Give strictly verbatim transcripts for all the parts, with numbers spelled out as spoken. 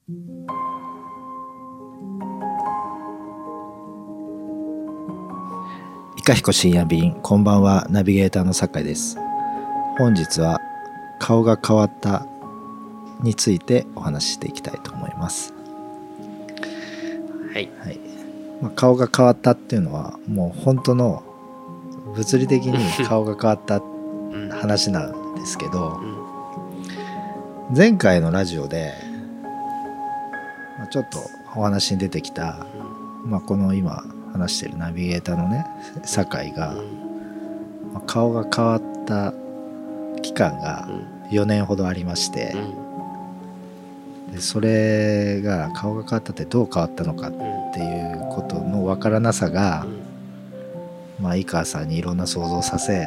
いかひこ深夜便、こんばんは。ナビゲーターの酒井です。本日は顔が変わったについてお話ししていきたいと思います。 はい、 はいまあ、顔が変わったっていうのはもう本当の物理的に顔が変わった話なんですけど、前回のラジオで、まあ、ちょっとお話に出てきた、まあ、この今話してるナビゲーターのね酒井が、まあ、顔が変わった期間がよねんほどありまして、でそれが顔が変わったってどう変わったのかっていうことのわからなさが、まあ井川さんにいろんな想像させ、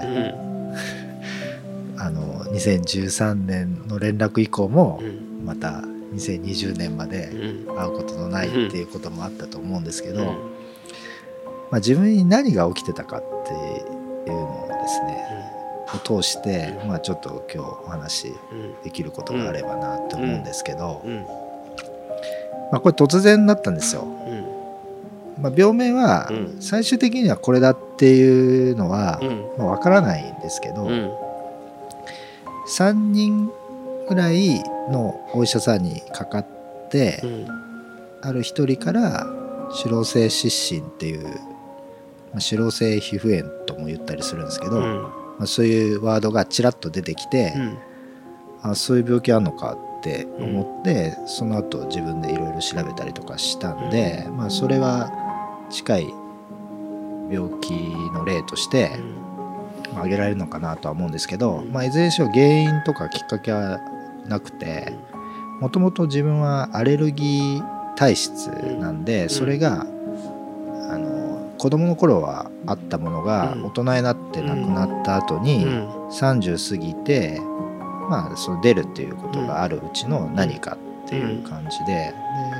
あのにせんじゅうさんねんの連絡以降もまたにせんにじゅうねんまで会うことのないっていうこともあったと思うんですけど、まあ、自分に何が起きてたかっていうのをですねを通して、まあ、ちょっと今日お話しできることがあればなと思うんですけど、まあ、これ突然だったんですよ。まあ、病名は最終的にはこれだっていうのはまあ分からないんですけど、さんにんぐらいのお医者さんにかかってある一人から脂漏性湿疹っていう、まあ、脂漏性皮膚炎とも言ったりするんですけど、まあ、そういうワードがちらっと出てきて、あそういう病気あるのかって思って、その後自分でいろいろ調べたりとかしたんで、まあ、それは近い病気の例として挙げられるのかなとは思うんですけど、まあ、いずれにしろ原因とかきっかけはなくて、もともと自分はアレルギー体質なんで、それがあの子供の頃はあったものが大人になってなくなった後にさんじゅう過ぎて、まあ、その出るっていうことがあるうちの何かっていう感じで、で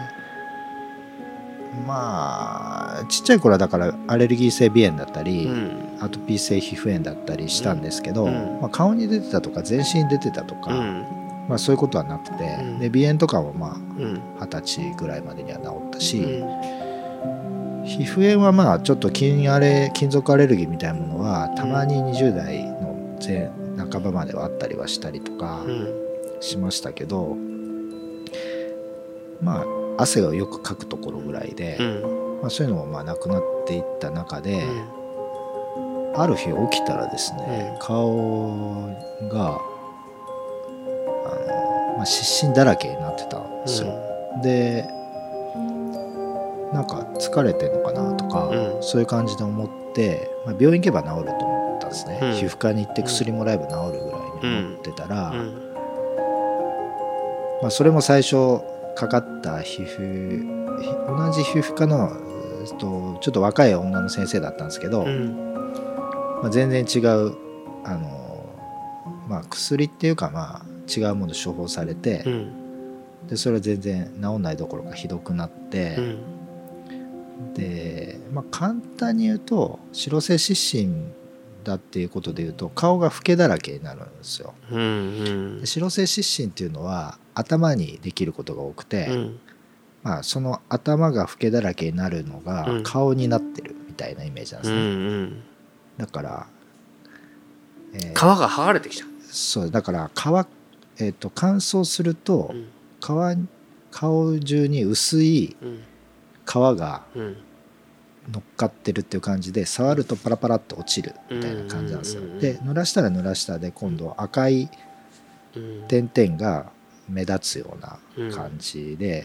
まあちっちゃい頃はだからアレルギー性鼻炎だったりアトピー性皮膚炎だったりしたんですけど、まあ、顔に出てたとか全身に出てたとか、まあ、そういうことはなくて、で鼻炎とかもまあはたちぐらいまでには治ったし、皮膚炎はまあちょっと金あれ金属アレルギーみたいなものはたまににじゅう代の前半ばまではあったりはしたりとかしましたけど、まあ汗をよくかくところぐらいで、まあ、そういうのもまあなくなっていった中で、ある日起きたらですね、顔があの、まあ、湿疹だらけになってたんですよ。でなんか疲れてんのかなとか、うん、そういう感じで思って、まあ、病院行けば治ると思ったんですね、うん、皮膚科に行って薬もらえば治るぐらいに思ってたら、うんうんまあ、それも最初かかった皮膚同じ皮膚科のとちょっと若い女の先生だったんですけど、うんまあ、全然違うあの、まあ、薬っていうか、まあ、違うもの処方されて、うん、でそれは全然治んないどころかひどくなって、うんでまあ、簡単に言うと脂漏性湿疹だっていうことで言うと顔がフケだらけになるんですよ、うんうん、で脂漏性湿疹っていうのは頭にできることが多くて、うんまあ、その頭がフケだらけになるのが顔になってるみたいなイメージなんですね、うんうん、だから、 えー、皮が剥がれてきちゃう。 そうだから皮、えーと、乾燥すると、うん、皮顔中に薄い、うん皮が乗っかってるっていう感じで触るとパラパラっと落ちるみたいな感じなんですよ。で濡らしたら濡らしたで今度赤い点々が目立つような感じで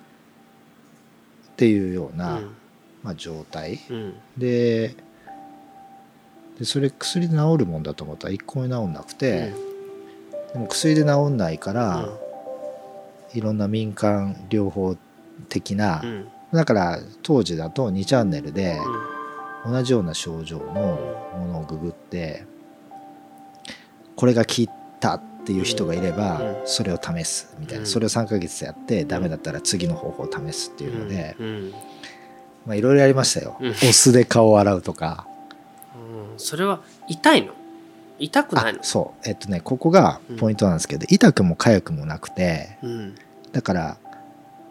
っていうようなまあ状態で、でそれ薬で治るもんだと思ったら一向に治んなくて、でも薬で治んないからいろんな民間療法的なだから当時だとにチャンネルで同じような症状のものをググってこれが効いたっていう人がいればそれを試すみたいな、それをさんかげつやってダメだったら次の方法を試すっていうのでまあいろいろやりましたよ。お酢で顔を洗うとか。 それは痛いの？痛くないの？ そうえっとねここがポイントなんですけど、痛くも痒くもなくて、だから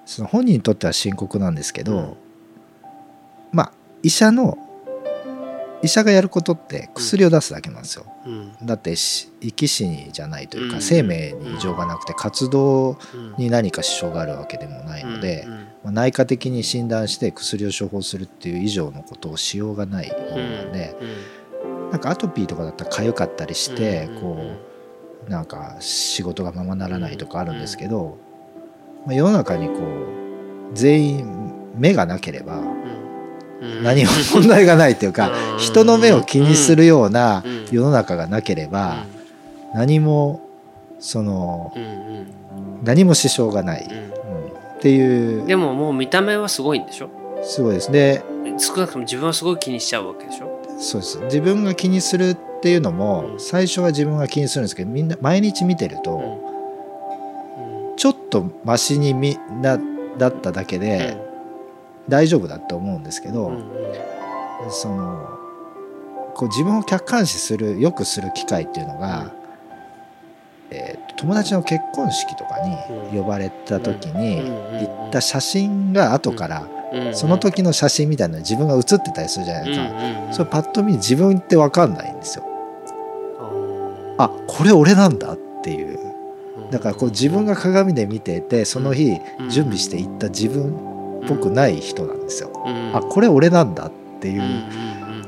その本人にとっては深刻なんですけど、 うん、 まあ医者の医者がやることって薬を出すだけなんですよ、 うん、 だって生き死にじゃないというか、 うん、 生命に異常がなくて活動に何か支障があるわけでもないので、 うんまあ、内科的に診断して薬を処方するっていう以上のことをしようがないものなんで、 うん、 なんかアトピーとかだったら痒かったりして、 うん、 こうなんか仕事がままならないとかあるんですけど、まあ、世の中にこう全員目がなければ何も問題がないというか、人の目を気にするような世の中がなければ何もその何も支障がない、うん、っていう。 でももう見た目はすごいんでしょ。 すごいですね。 少なくとも自分はすごい気にしちゃうわけでしょ。 そうです。自分が気にするっていうのも最初は自分が気にするんですけど、みんな毎日見てるとちょっとマシにみなだっただけで大丈夫だと思うんですけど、うんうん、そのこう自分を客観視するよくする機会っていうのが、うんえー、友達の結婚式とかに呼ばれた時に行った写真が後からその時の写真みたいなのに自分が写ってたりするじゃないですか、うんうんうん、それパッと見自分って分かんないんですよ。あ、これ俺なんだっていう。だからこう自分が鏡で見ていてその日準備していった自分っぽくない人なんですよ、うん、あ、これ俺なんだっていう、うんうんうん、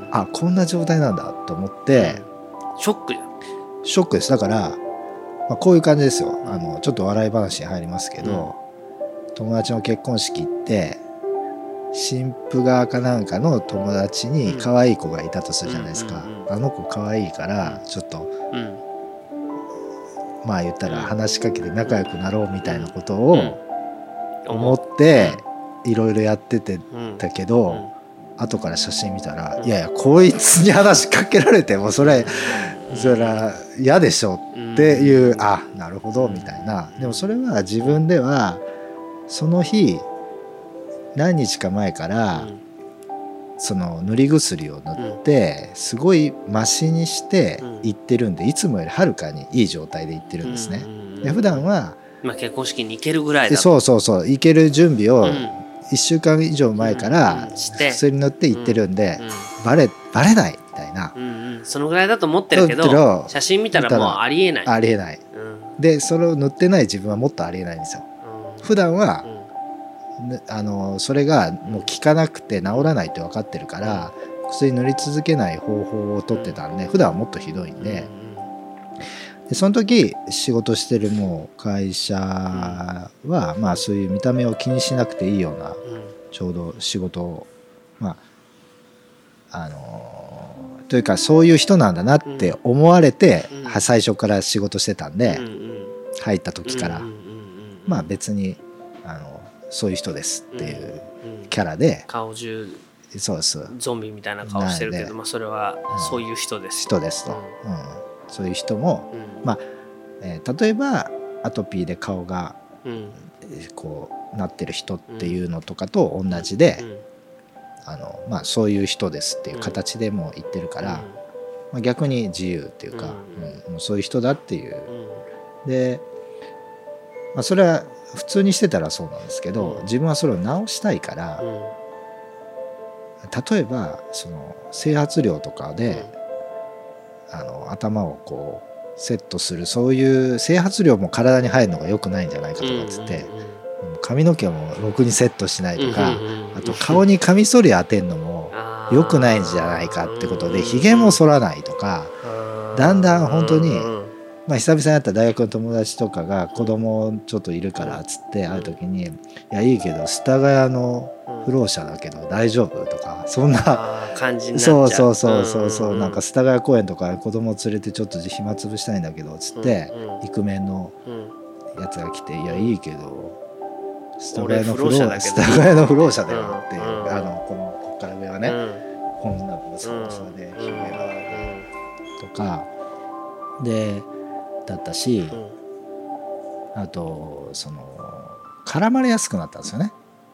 あ、こんな状態なんだと思って、 うん、ショックやショックです。だから、まあ、こういう感じですよ。あのちょっと笑い話に入りますけど、うん、友達の結婚式行って新婦側かなんかの友達に可愛い子がいたとするじゃないですか、うんうんうん、あの子可愛いからちょっと、うん、まあ言ったら話しかけて仲良くなろうみたいなことを思っていろいろやっててたけど、うんうん、後から写真見たら、うん、いやいやこいつに話しかけられてもそれそれは嫌でしょっていう、うん、あ、なるほどみたいな。でもそれは自分ではその日何日か前から、うん、その塗り薬を塗ってすごいマシにしていってるんで、いつもよりはるかにいい状態でいってるんですね。で普段はまあ結婚式に行けるぐらいだと。 そうそうそう、行ける準備をいっしゅうかん以上前から薬塗って行ってるんで、バレバレないみたいな、 うんうん、そのぐらいだと思ってるけど写真見たらもうありえない。 ありえない、うん、でそれを塗ってない自分はもっとありえないんですよ、うん、普段は、うん、あのそれがもう効かなくて治らないって分かってるから、うん、薬塗り続けない方法を取ってたんで、普段はもっとひどいんで、でその時仕事してるもう会社は、まあそういう見た目を気にしなくていいようなちょうど仕事を、まああのというかそういう人なんだなって思われて最初から仕事してたんで、入った時からまあ別にあのそういう人ですっていうキャラで、 顔中そうですゾンビみたいな顔してるけど、まあそれはそういう人です、 人ですと、うん、そういう人も、うん、まあ、えー、例えばアトピーで顔が、うん、こうなってる人っていうのとかと同じで、うん、あのまあ、そういう人ですっていう形でも言ってるから、うん、まあ、逆に自由っていうか、うん、もうそういう人だっていう、うん、で、まあ、それは普通にしてたらそうなんですけど、うん、自分はそれを直したいから、うん、例えばその整髪料とかで、うん、あの頭をこうセットする、そういう整髪料も体に入るのが良くないんじゃないかとかっつって、うんうんうん、髪の毛もろくにセットしないとか、うんうんうん、あと顔にカミソリ当てんのも良くないんじゃないかってことで、ひげも剃らないとか、だんだん本当に、まあ、久々に会った大学の友達とかが子供ちょっといるからっつって会う時に、いやいいけどスタガヤの不老者だけど大丈夫とか、そんな感じになっちゃう。 そうそうそうそう、うんうん、なんかスタガヤ公園とか子供連れてちょっと暇つぶしたいんだけどっつって、うんうん、イクメンのやつが来て、いやいいけどスタガヤの不老者スタガヤの不老者だよっていう、うんうん、あのこのこっから上はね、うん、こんなブサブサでひげがとかでだったし、うん、あとその絡まれやすくなったんですよね。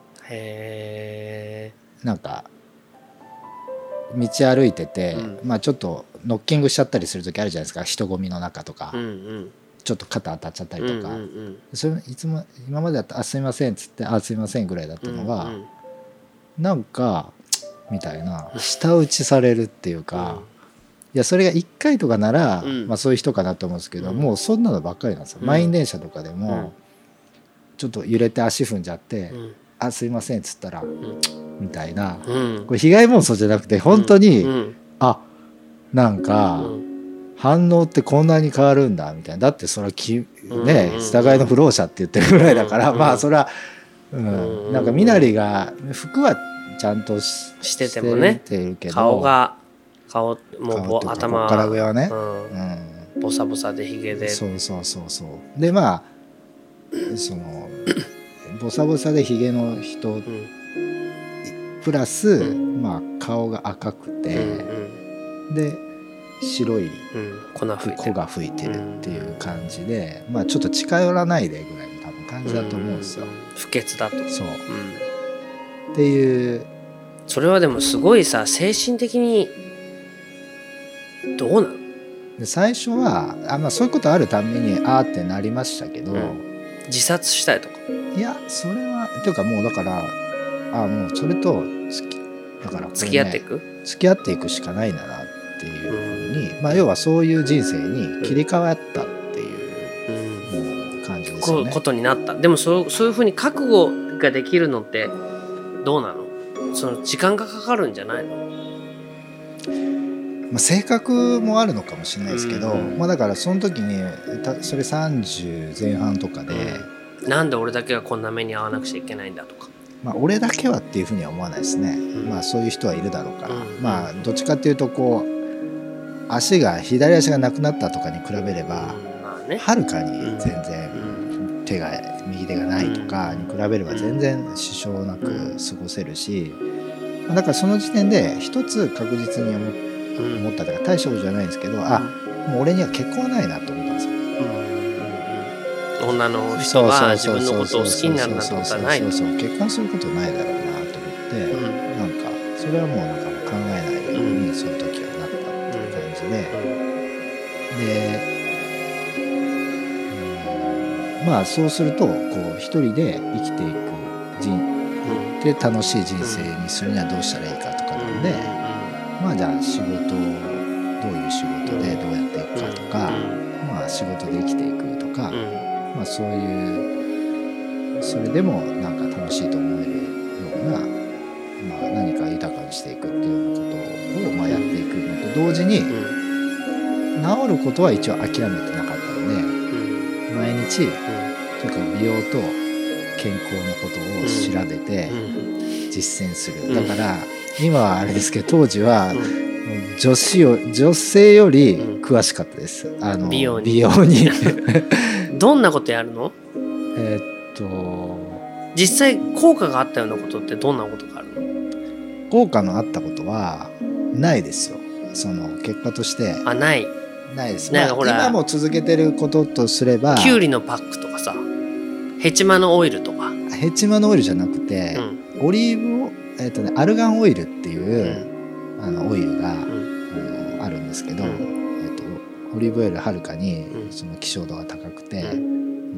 へー。なんか道歩いてて、うん、まあちょっとノッキングしちゃったりする時あるじゃないですか、人混みの中とか、うんうん、 ちょっと肩当たっちゃったりとか、 うんうんうん、 それいつも今までだったらあすいませんっつってあすいませんぐらいだったのが、うんうん、なんかみたいな舌打ちされるっていうか、うん、いやそれがいっかいとかなら、うん、まあ、そういう人かなと思うんですけど、うん、もうそんなのばっかりなんですよ、うん、満員電車とかでも、うん、ちょっと揺れて足踏んじゃって、うん、あすいませんっつったら、うん、みたいな、うん、これ被害妄想じゃなくて本当に、うん、あなんか、うん、反応ってこんなに変わるんだみたいな、だってそれはき、ね、従いの不老者って言ってるぐらいだから、うん、まあそれは、うん、なんか身なりが服はちゃんと し, しててもね、 してるけど顔が顔もうぼ頭ここから上はね、 うんうん、ボサボサでひげで、 そうそうそうそうでまあそのボサボサでひげの人、うん、プラス、うん、まあ顔が赤くて、うんうん、で白い粉が吹いてるっていう感じで、まあちょっと近寄らないでぐらいの多分感じだと思うんですよ、 うん、不潔だとそう、うん、っていう。 それはでもすごいさ精神的にどうなの？ で最初はあ、まあ、そういうことあるためにあーってなりましたけど、うん、 自殺したいとかいやそれはというかもうだからあもうそれと付きだから、ね、 付き合っていく付き合っていくしかないんだなっていうふうに、うん、まあ要はそういう人生に切り替わったっていう、うん、感じですよね。 ことになった。でもそうそういうふうに覚悟ができるのってどうなの？その時間がかかるんじゃないの？ まあ、性格もあるのかもしれないですけど、うんまあ、だからその時にそれさんじゅうぜん半とかで、 うん、なんで俺だけがこんな目に遭わなくちゃいけないんだとか、 まあ、俺だけはっていうふうには思わないですね、うんまあ、そういう人はいるだろうから、うん、まあどっちかっていうとこう足が左足がなくなったとかに比べれば、うんまあね、はるかに全然手が右手がないとかに比べれば全然支障なく過ごせるし、だからその時点で一つ確実に思って思ったというか大したことじゃないんですけど、あもう俺には結婚はないなと思ったんですよ、 うんうん、女の人が自分のことを好きになるなんてことはないと、 そうそう結婚することないだろうなと思って、うん、なんかそれはもうなんか考えないようにその時はなったっていう感じで、うん、で、うん、まあそうするとこう一人で生きていく人で楽しい人生にするにはどうしたらいいかとかなんで、まあじゃあ仕事どういう仕事でどうやっていくかとか、まあ仕事で生きていくとか、まあそういうそれでもなんか楽しいと思えるような、まあ何か豊かにしていくっていうようなことをまあやっていくのと同時に、治ることは一応諦めてなかったので、毎日とにかく美容と健康のことを調べて実践する。だから今はあれですけど当時は女子よ女性より詳しかったです、あの美容に、美容にどんなことやるの？ えーっと実際効果があったようなことってどんなことがあるの？ 効果のあったことはないですよ。その結果としてあないないです。なんかほら、まあ、今も続けてることとすればキュウリのパックとかさヘチマのオイルとかヘチマのオイルじゃなくて、うん、オリーブオえーとね、アルガンオイルっていう、うん、あのオイルが、うん、あるんですけど、うんえーと、オリーブオイルはるかに、うん、その希少度が高くて、うん、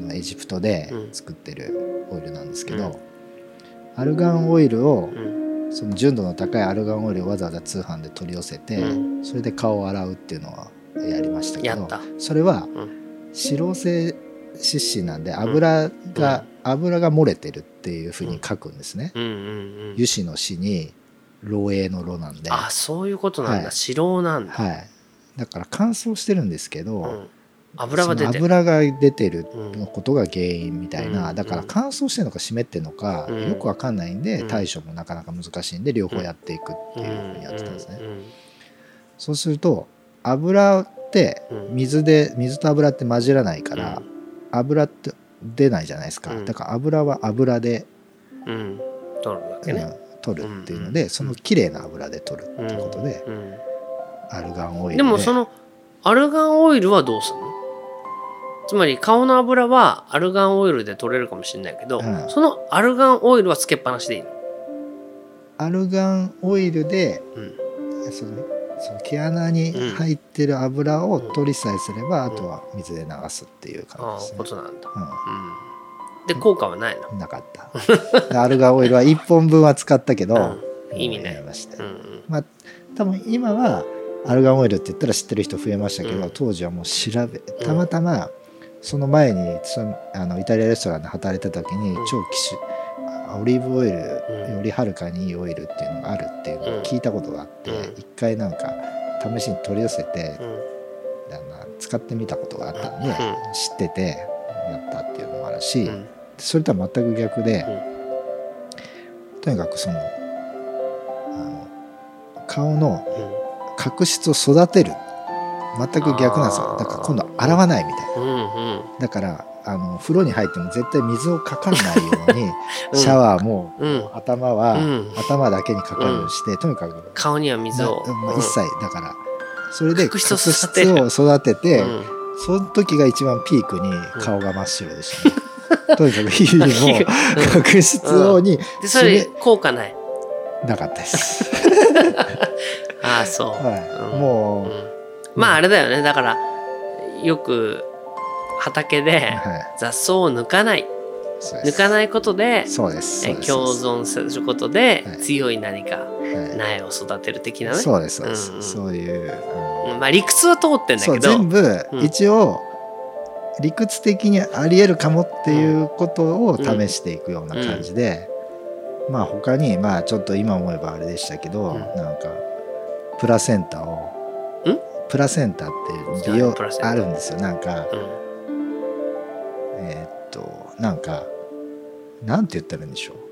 エジプトで作ってるオイルなんですけど、うん、アルガンオイルを、うん、その純度の高いアルガンオイルをわざわざ通販で取り寄せて、うん、それで顔を洗うっていうのはやりましたけど、それは、うん、脂漏性湿疹なんで油が、うん油が漏れてるっていうふうに書くんですね、うんうんうんうん、油脂の脂に漏洩の漏なんで、 あそういうことなんだ、はい、脂漏なんだ、 はい、だから乾燥してるんですけど、うん、 油が出てる油が出てるのことが原因みたいな、うん、だから乾燥してるのか湿ってるのか、うん、よくわかんないんで、うん、対処もなかなか難しいんで両方やっていくっていうふうにやってたんですね、うんうんうん、そうすると油って水で水と油って混じらないから、うん、油って出ないじゃないですか、うん、だから油は油で、 うん、取るわけね、うん、 取るっていうので、うん、その綺麗な油で取るっていうことで、うんうん、アルガンオイルで。 でもそのアルガンオイルはどうするの？つまり顔の油はアルガンオイルで取れるかもしれないけど、うん、そのアルガンオイルはつけっぱなしでいいの？ アルガンオイルで、うん、そのその毛穴に入ってる油を取りさえすれば、うん、あとは水で流すっていう感じですね。 ああ、ことなんだ、うんうん、で効果はないの？ なかったアルガンオイルはいっぽんぶんは使ったけど、 うん、意味ないました、 うんうん、 まあ多分今はアルガンオイルって言ったら知ってる人増えましたけど、うん、当時はもう調べたまたまその前にそのあのイタリアレストランで働いてた時に、うん、超希少オリーブオイルよりはるかにいいオイルっていうのがあるっていうのを聞いたことがあって、うん、一回なんか試しに取り寄せて、うん、使ってみたことがあったんで、うん、知っててやったっていうのもあるし、うん、それとは全く逆で、うん、とにかくその、あの顔の角質を育てる全く逆なんですよ。だから今度洗わないみたいな、うんうん、だからあの風呂に入っても絶対水をかかんないようにうん、シャワーも、うん、頭は、うん、頭だけにかかるようにして、うん、とにかく顔には水を、 まあ、一切だからそれで角質を育てて、うん、その時が一番ピークに顔が真っ白でしたね、うん、とにかく日々も角質をに、 うん、でそれ効果ないなかったですああそう、 はいうん、もう、うん、 まああれだよね。だからよく畑で雑草を抜かない、はい、抜かないことでそうですそうです共存することで強い何か苗を育てる的なね、はい、 そうですそうです、うんうん、そういう、 うん、まあ理屈は通ってんだけど全部一応理屈的にありえるかもっていうことを試していくような感じで、うんうん、まあ他にまあちょっと今思えばあれでしたけど、うん、なんかプラセンタをんプラセンタって利用あるんですよ。なんか、うん、えー、っとなんかなんて言ったらいいんでしょう、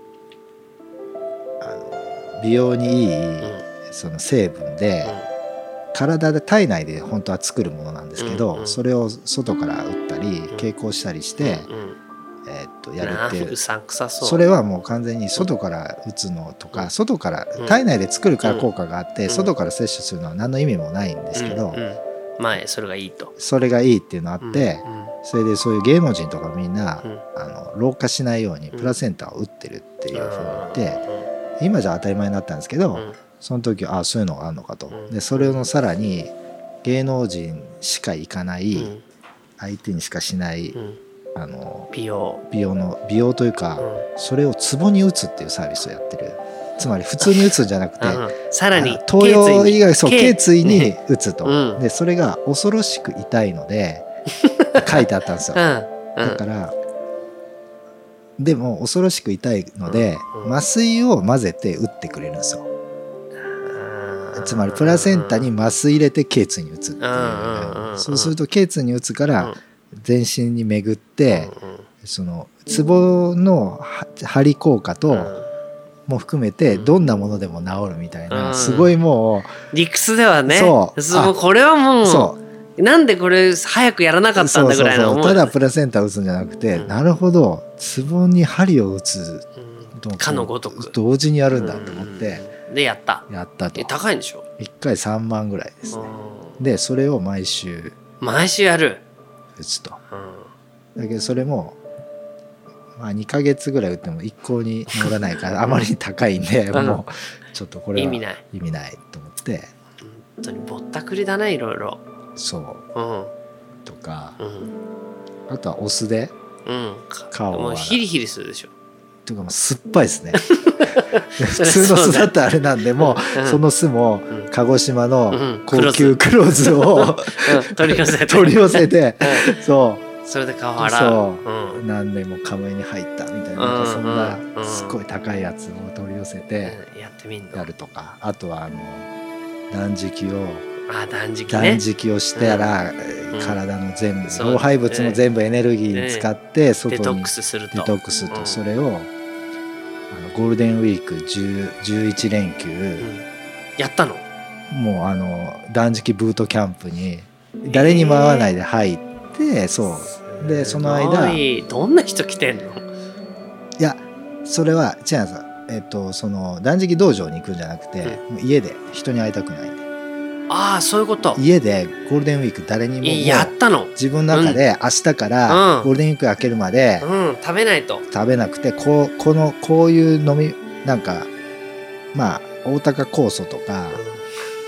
あの美容にいい、うん、その成分で、うん、体で体内で本当は作るものなんですけど、うんうん、それを外から打ったり蛍光したりして、うんうん、えー、っとやるっていう、 うさんくさそう。 それはもう完全に外から打つのとか、うん、外から体内で作るから効果があって、うん、外から摂取するのは何の意味もないんですけど、 うんうん、前それがいいとそれがいいっていうのあって、うんうん、それでそういう芸能人とかみんな、うん、あの老化しないようにプラセンタを打ってるっていうふうに言って、うん、今じゃ当たり前になったんですけど、うん、その時はあそういうのがあるのかと、うん、でそれのさらに芸能人しか行かない、うん、相手にしかしない、うん、あの美容美容の美容というか、うん、それをツボに打つっていうサービスをやってる。つまり普通に打つんじゃなくて、うん、 さらに東洋以外そう頸椎に打つと、うん、でそれが恐ろしく痛いので書いてあったんですよ、うんうん、だからでも恐ろしく痛いので、うんうん、麻酔を混ぜて打ってくれるんですよ。つまりプラセンタに麻酔入れて頸椎に打つっていう、うん、そうすると頸椎に打つから全身に巡って、うんうん、そのツボの張り効果と、うんも含めてどんなものでも治るみたいな、うん、すごいもう理屈ではねそうこれはもうそうなんでこれ早くやらなかったんだぐらいの思い。 ただプラセンタ打つんじゃなくて、うん、なるほどツボに針を打つ、 うん、かのごとく同時にやるんだと思って、 うん、でやったやったと。 高いんでしょいっかいさんまんぐらいですね。でそれを毎週毎週やる打つと、うん、だけどそれもまあ、にかげつぐらい打っても一向に治らないからあまりに高いんで、うん、もうちょっとこれは意味ない意味ないと思って本当にぼったくりだねいろいろそう、 うん、 とか、うん、あとはお酢で顔を、うん、 もうヒリヒリするでしょというかもう酸っぱいですね普通の酢だったらあれなんでもう、うん、その酢も鹿児島の高級黒酢を、 うん、取り寄せて取り寄せてそうそれで顔洗うそう、うん、何年も亀に入ったみたい な, なんかそんなすごい高いやつを取り寄せてやってみんのやるとか、あとはあの断食をあ断食、 ね、断食をしたら、うん、体の全部老廃物も全部エネルギーに使って外にデトックスするとデトックスと、うん、それをあのゴールデンウィークじゅう、じゅういち連休、うん、 やったのもうあの断食ブートキャンプに誰にも会わないで入って、でそうでその間どんな人来てんの？ いやそれは違うんですよ、えっと、その断食道場に行くんじゃなくて、うん、家で人に会いたくないんでああそういうこと家でゴールデンウィーク誰にもやったの自分の中で明日からゴールデンウィーク明けるまで、 うんうん、食べないと食べなくてこうこのこういう飲みなんかまあ大高酵素とか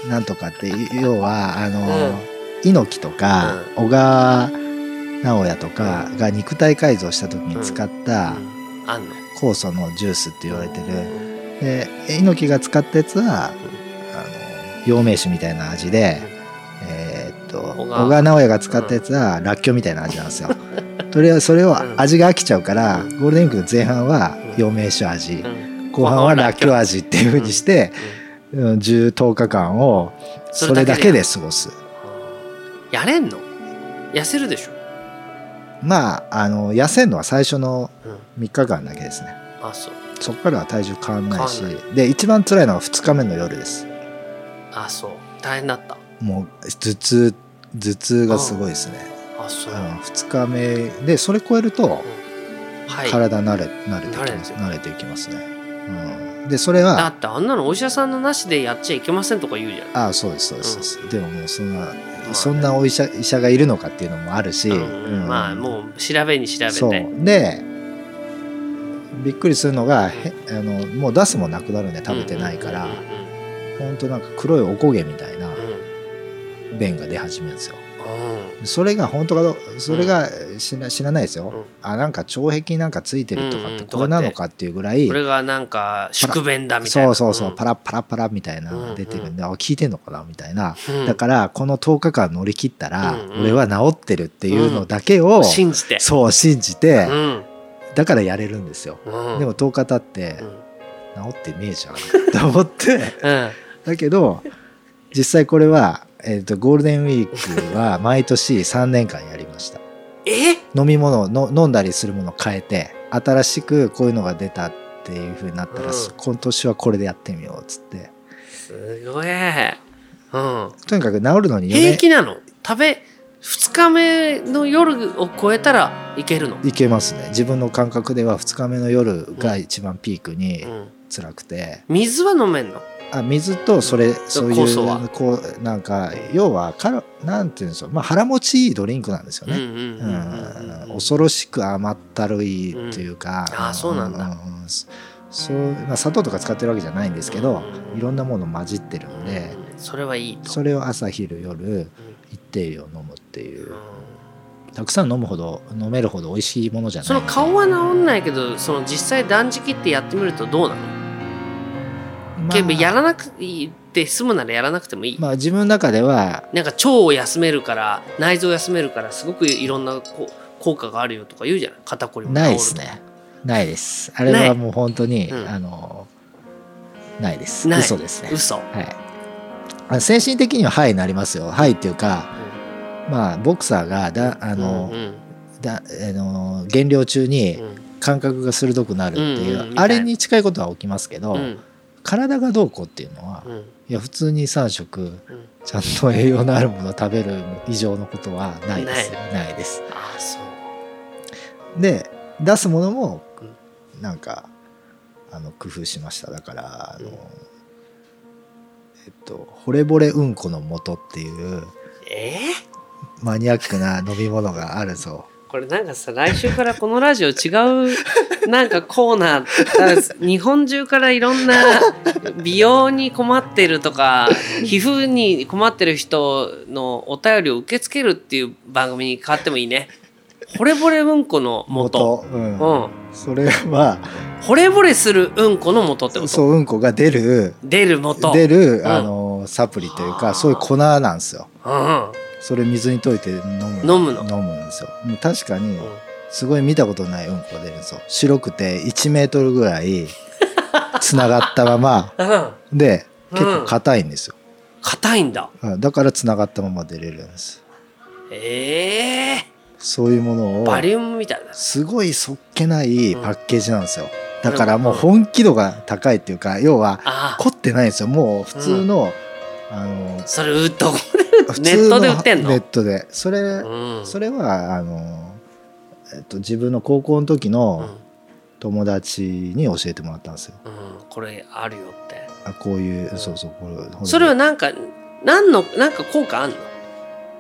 なんとかって要はあの、うん、猪木とか、うん、小川直也とかが肉体改造した時に使った酵素のジュースって言われてる、で猪木が使ったやつは、うん、あの陽明酒みたいな味で、えー、っと小川直也が使ったやつはらっきょうみたいな味なんですよ。それはそれを味が飽きちゃうから、ゴールデンウィークの前半は陽明酒味、後半はらっきょう味っていう風にしてじゅう、とおかかんをそれだけで過ごす。 やれんの？痩せるでしょ。 まああの痩せるのは最初のみっかかんだけですね。 あ、そう。 そこからは体重変わんないし、で一番辛いのはふつかめの夜です。 あ、そう。大変だった。 もう頭痛頭痛がすごいですね。 あ、そう。 ふつかめでそれ超えると、うん、はい、体慣れ慣れてきます慣れていきますね。うん、でそれはだってあんなのお医者さんのなしでやっちゃいけませんとか言うじゃん。 ああ、そうですそうです、うん、でももうそんな、まあね、そんなお医者医者がいるのかっていうのもあるし、 うんうん、まあもう調べに調べて、 そうでびっくりするのが、うん、あのもう出すもなくなるんで食べてないから、ほんとなんか黒いおこげみたいな便が出始めるんですよ。うん、それが本当かそれが知ら、知らないですよ。うん、あ、なんか腸壁なんかついてるとかってこれなのかっていうぐらい、 これがなんか宿便だみたいな、 そうそうそう、うん、パラパラパラみたいなのが出てるんで、うんうん、あ、効いてんのかなみたいな、うん、だからこのとおかかん乗り切ったら、うんうん、俺は治ってるっていうのだけを、 うん、信じてそう信じて、 うん、 だからやれるんですよ。うん、でもとおか経って、うん、治ってねえじゃんと思って、うん、だけど実際これはえー、とゴールデンウィークは毎年さんねんかんやりました。 え飲み物の飲んだりするものを変えて、新しくこういうのが出たっていう風になったら、うん、今年はこれでやってみようっつって。 すごい、うん、 とにかく治るのに平気なの？食べふつかめの夜を超えたらいけるの？ いけますね。自分の感覚ではふつかめの夜が一番ピークに辛くて、 うん、水は飲めんの？ あ、水とそれ、そういうこうなんか要はかなんていうんですか、まあ腹持ちいいドリンクなんですよね。恐ろしく甘ったるいっていうか、 うん、あ、そうなんだ。うん、 そう、まあ、砂糖とか使ってるわけじゃないんですけど、いろんなもの混じってるんで、 それはいいと。 それを朝昼夜一定量飲むっていう。たくさん飲むほど飲めるほど美味しいものじゃない。 その顔は治んないけど、その実際断食ってやってみるとどうなの？まあ、やらなくて済むならやらなくてもいい。 まあ自分の中ではなんか腸を休めるから内臓を休めるからすごくいろんな効果があるよとか言うじゃない。肩こりも治ると。 ないですね。ないです。あれはもう本当に、うん、あのないです。嘘ですね。 嘘。 はい。精神的にははいなりますよ。はいっていうか、うん、まあボクサーがだあの、うんうん、だあの減量中に感覚が鋭くなるっていう、うんうん、あれに近いことは起きますけど。うん、体がどうこうっていうのは、うん、いや普通にさん食、うん、ちゃんと栄養のあるものを食べる以上のことはないです。ない、ないです。 あ、そうで出すものもなんかあの工夫しました。だからあの、うん、えっと惚れ惚れうんこの素っていう、 えー、マニアックな飲み物があるぞ。 これなんかさ、来週からこのラジオ違うなんかコーナー、日本中からいろんな美容に困ってるとか皮膚に困ってる人のお便りを受け付けるっていう番組に変わってもいいね。惚れ惚れうんこの素、 うんうん、それは惚れ惚れするうんこの素ってこと。 そう、うんこが出る出る素出る、うん、あのサプリというかそういう粉なんですよ。うん、それ水に溶いて飲む飲むの飲むんですよ。もう確かにすごい見たことないうんこが出るんですよ。白くていちメートルぐらいつながったまま、うん、で結構硬いんですよ。 硬いんだ。 だからつながったまま出れるんです。 ええー、 そういうものをバリウムみたいなすごいそっけないパッケージなんですよ。だからもう本気度が高いっていうか、要は凝ってないんですよ。もう普通の、うん、あのそれ売っとネットで売ってんの？ ネットでそれ、うん、それはあの、えっと、自分の高校の時の友達に教えてもらったんですよ。 うん、これあるよって。 あ、こういう、うん、そうそう、これそれはなんか何のなんか効果あんの？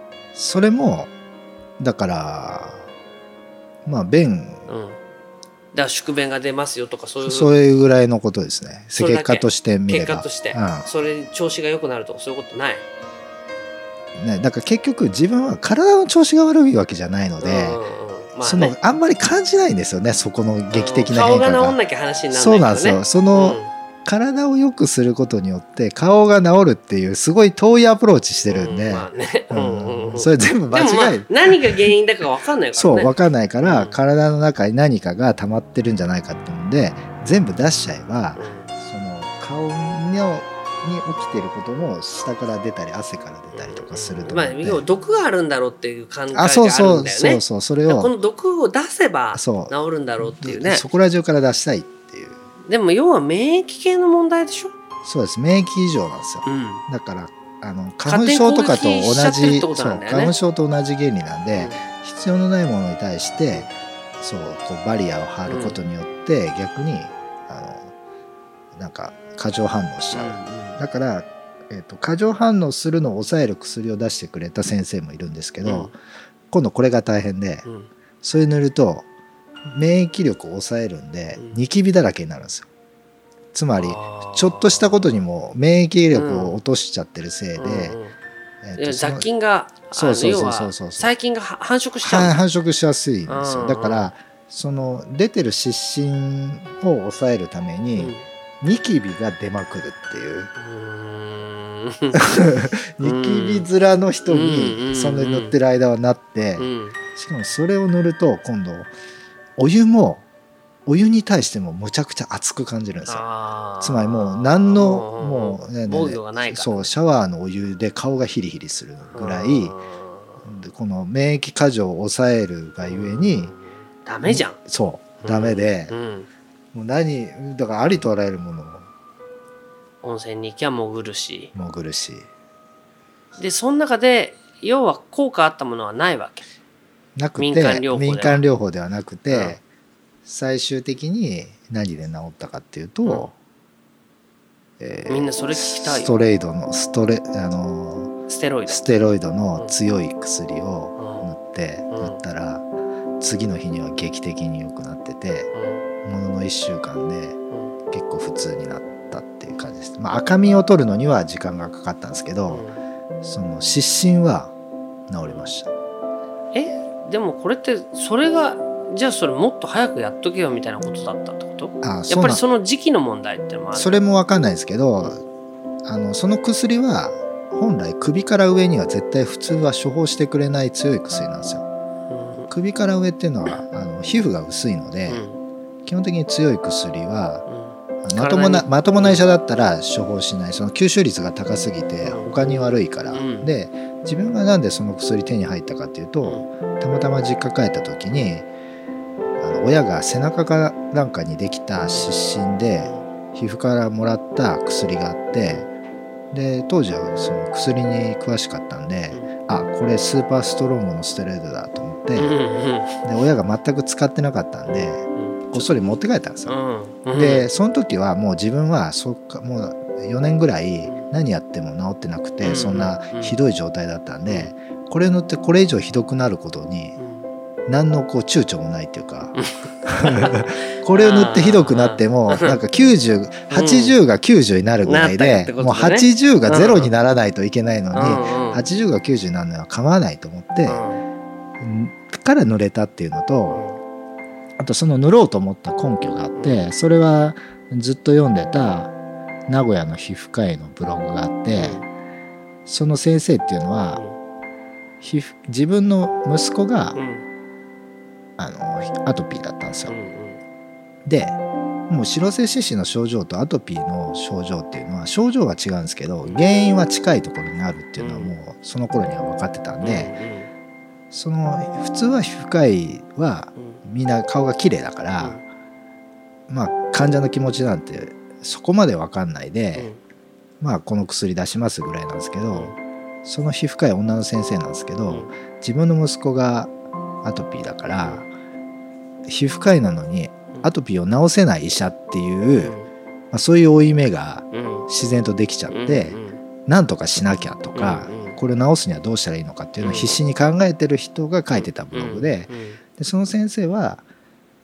それもだからまあ便から宿便が出ますよとかそういうそういうぐらいのことですね。結果として見れば結果として、うん、それに調子が良くなるとかそういうことないね。だから結局自分は体の調子が悪いわけじゃないので、うんうんまあね、そのあんまり感じないんですよね、そこの劇的な変化が、うん、顔が治んなきゃ話にならないからね。そうなんですよ。その、うん体を良くすることによって顔が治るっていうすごい遠いアプローチしてるんで、それ全部間違い、まあ、 何が原因だか分かんないからね。 そう分かんないから、うん、体の中に何かが溜まってるんじゃないかっていうんで全部出しちゃえば、うん、その顔のに起きてることも下から出たり汗から出たりとかすると思って、 まあ、毒があるんだろうっていう考えがあるんだよね。あ、そうそうそうそう、それをこの毒を出せば治るんだろうっていうね。 そこら中から出したい。 でも要は免疫系の問題でしょ。 そうです、免疫異常なんですよ、うん、だからあの花粉症とかと同じ、そう花粉症と同じ原理なんで、うん、必要のないものに対してそうこうバリアを張ることによって、うん、逆にあのなんか過剰反応しちゃう、うんうん、だから、えーと、過剰反応するのを抑える薬を出してくれた先生もいるんですけど、うん、今度これが大変で、うん、それ塗ると免疫力を抑えるんで、うん、ニキビだらけになるんですよ。つまりちょっとしたことにも免疫力を落としちゃってるせいで、うんうんえー、と雑菌がそうそうそうそうそう細菌が繁殖しちゃう、 繁殖しやすいんですよ。だからその出てる湿疹を抑えるために、うん、ニキビが出まくるっていう、うーんニキビ面の人にそれ塗ってる間はなって、うん、しかもそれを塗ると今度お湯もお湯に対してもむちゃくちゃ熱く感じるんですよ。つまりもう何のもうね、 防御がないから、 そうシャワーのお湯で顔がヒリヒリするぐらいこの免疫過剰を抑えるがゆえにダメじゃん。 そうダメで、うんうん、もう何だからありとあらゆるものを温泉に行きゃ潜るし潜るしでその中で要は効果あったものはないわけなくて、民間療法では、民間療法ではなくて、うん、最終的に何で治ったかっていうと、うんえー、みんなそれ聞きたいよ。 ストレイドのストレあのステロイドステロイドの強い薬を塗って、うん、塗ったら次の日には劇的に良くなってて、うん、もののいっしゅうかんで結構普通になったっていう感じです。まあ、赤みを取るのには時間がかかったんですけど、うん、その湿疹は治りました。 えでもこれってそれがじゃあそれもっと早くやっとけよみたいなことだったってこと？ああやっぱりその時期の問題ってのもある。 それも分かんないですけど、あのその薬は本来首から上には絶対普通は処方してくれない強い薬なんですよ、うん、首から上っていうのはあの皮膚が薄いので、うん、基本的に強い薬は、うん、まともなまともな医者だったら処方しない。その吸収率が高すぎて他に悪いから、うん、で自分がなんでその薬手に入ったかっていうと、たまたま実家帰った時にあの親が背中かなんかにできた湿疹で皮膚からもらった薬があって、で当時はその薬に詳しかったんで、あこれスーパーストロングのステロイドだと思って、で親が全く使ってなかったんでこっそり持って帰ったんですよ。でその時はもう自分はそっかもうよねんぐらい何やっても治ってなくて、そんなひどい状態だったんで、これによってこれ以上ひどくなることに何のこう躊躇もないっていうかこれを塗ってひどくなってもなんかきゅうじゅう、はちじゅうがきゅうじゅうになるぐらいで、もうはちじゅうがゼロにならないといけないのに、はちじゅうがきゅうじゅうになるのは構わないと思ってから塗れたっていうのと、あとその塗ろうと思った根拠があって、それはずっと読んでた名古屋の皮膚科医のブログがあって、その先生っていうのは皮膚自分の息子が、うん、あのアトピーだったんですよ、うんうん、でもう脂性湿疹の症状とアトピーの症状っていうのは症状は違うんですけど原因は近いところにあるっていうのはもうその頃には分かってたんで、うんうん、その普通は皮膚科医はみんな顔が綺麗だから、うん、まあ患者の気持ちなんてそこまで分かんないで、うん、まあこの薬出しますぐらいなんですけど、その皮膚科医女の先生なんですけど、自分の息子がアトピーだから皮膚科医なのにアトピーを治せない医者っていう、まあ、そういう負い目が自然とできちゃって、なんとかしなきゃとか、これを治すにはどうしたらいいのかっていうのを必死に考えてる人が書いてたブログで、でその先生は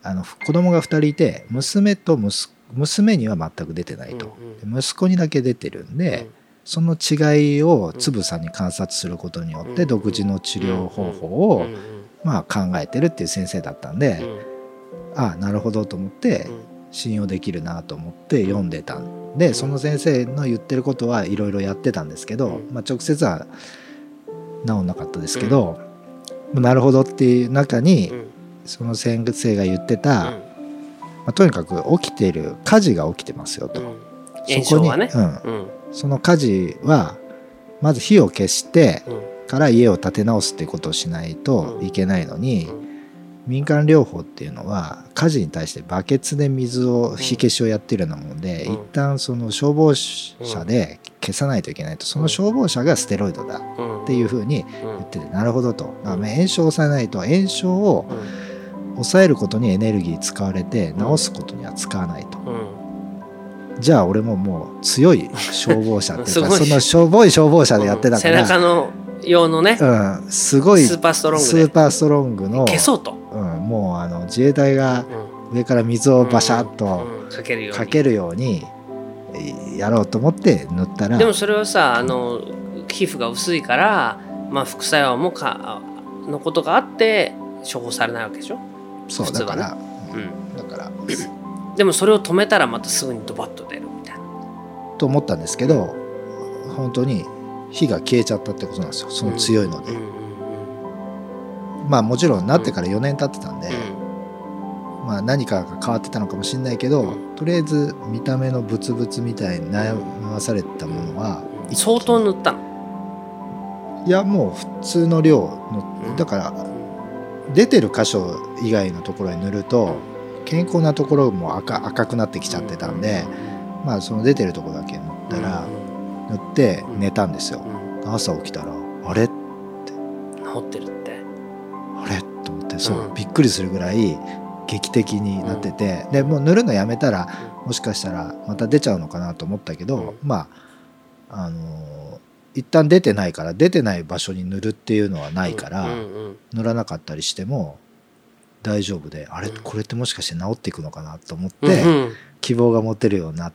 あの子供がふたりいて娘と息娘には全く出てないと、うんうん、息子にだけ出てるんで、うん、その違いをつぶさに観察することによって独自の治療方法をまあ考えてるっていう先生だったんで、ああなるほどと思って信用できるなと思って読んでたんで、その先生の言ってることはいろいろやってたんですけど、まあ、直接は治んなかったですけど、なるほどっていう中にその先生が言ってた、まあ、とにかく起きている火事が起きてますよと、うん、そこに、ねうんうん、その火事はまず火を消してから家を建て直すっていうことをしないといけないのに、うん、民間療法っていうのは火事に対してバケツで水を火消しをやってるようなもので、うん、一旦その消防車で消さないといけないと、その消防車がステロイドだっていうふうに言ってて、なるほどと、だから炎症を抑えないと炎症を抑えることにエネルギー使われて治すことには使わないと、うん、じゃあ俺ももう強い消防車っていうかそのしょぼい消防車でやってたから、 うん、背中の用のね、 うん、すごいスーパーストロングでスーパーストロングの消そうと、 うん、もうあの自衛隊が上から水をバシャッとかけるようにやろうと思って塗ったら、 でもそれはさあの皮膚が薄いから、まあ、副作用もかのことがあって処方されないわけでしょ。 そうだから、 ねうん、だからでもそれを止めたらまたすぐにドバッと出るみたいなと思ったんですけど、本当に火が消えちゃったってことなんですよ、その強いので、うんうんうん、まあもちろんなってからよねん経ってたんで、うん、まあ何かが変わってたのかもしれないけど、うん、とりあえず見た目のブツブツみたいに悩まされたものは、 うん、相当塗ったの？ いやもう普通の量の、だから出てる箇所以外のところに塗ると健康なところも 赤, 赤くなってきちゃってたんで、まあその出てるところだけ塗ったら塗って寝たんですよ。朝起きたらあれって治ってるってあれと思って、そうびっくりするぐらい劇的になってて、でもう塗るのやめたらもしかしたらまた出ちゃうのかなと思ったけど、まああの一旦出てないから出てない場所に塗るっていうのはないから、うんうんうん、塗らなかったりしても大丈夫で、あれこれってもしかして治っていくのかなと思って、うんうん、希望が持てるようになって、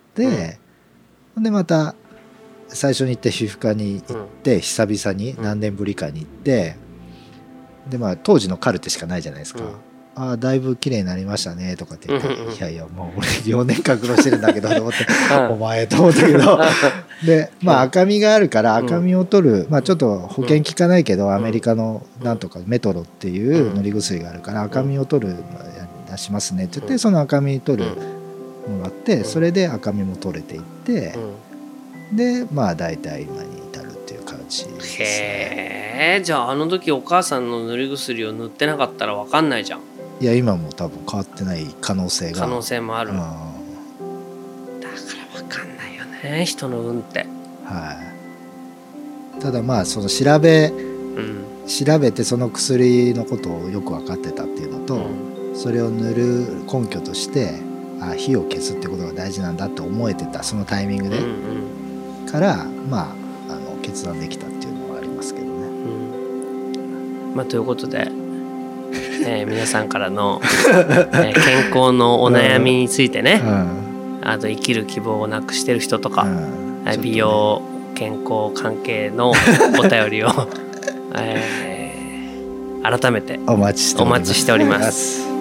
うん、でまた最初に行って皮膚科に行って、うん、久々に何年ぶりかに行って、でまあ当時のカルテしかないじゃないですか、うん、ああだいぶ綺麗になりましたねとかって言って、うんうん、いやいやもう俺よねんかん苦労してるんだけどと思ってお前と思ったけどでまあ赤みがあるから赤みを取る、まあちょっと保険効かないけどアメリカのなんとかメトロっていう塗り薬があるから赤みを取る出しますねって言って、その赤み取るのがあって、それで赤みも取れていって、でまあ大体今に至るっていう感じですね。 へえ、じゃああの時お母さんの塗り薬を塗ってなかったら分かんないじゃん。 いや今も多分変わってない可能性が可能性もある、うん、だから分かんないよね人の運って、 はい、ただまあその調べ、うん、調べてその薬のことをよく分かってたっていうのと、うん、それを塗る根拠としてあ火を消すってことが大事なんだって思えてたそのタイミングで、うんうん、からまあ、あの決断できたっていうのはありますけどね、 うんまあ、ということでえー、皆さんからの、えー、健康のお悩みについてね、うん、あと生きる希望をなくしてる人とか、うん、美容、ね、健康関係のお便りを、えー、改めてお待ちしております。 お待ちしております